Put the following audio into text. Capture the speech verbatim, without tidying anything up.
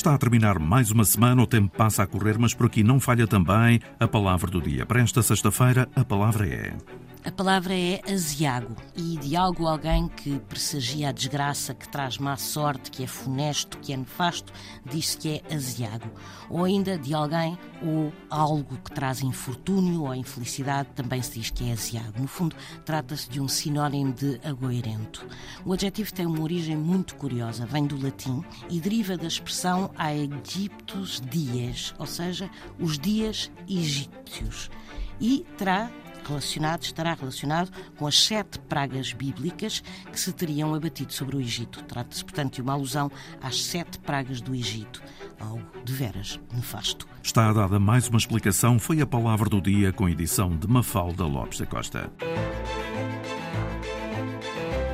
Está a terminar mais uma semana, o tempo passa a correr, mas por aqui não falha também a palavra do dia. Para esta sexta-feira, a palavra é... A palavra é aziago, e de algo alguém que pressagia a desgraça, que traz má sorte, que é funesto, que é nefasto, diz-se que é aziago. Ou ainda de alguém ou algo que traz infortúnio ou infelicidade, também se diz que é aziago. No fundo, trata-se de um sinónimo de agoirento. O adjetivo tem uma origem muito curiosa, vem do latim e deriva da expressão aegyptus dies, ou seja, os dias egípcios, e terá relacionado, estará relacionado com as sete pragas bíblicas que se teriam abatido sobre o Egito. Trata-se, portanto, de uma alusão às sete pragas do Egito. Algo de veras nefasto. Está dada mais uma explicação. Foi a palavra do dia com edição de Mafalda Lopes da Costa.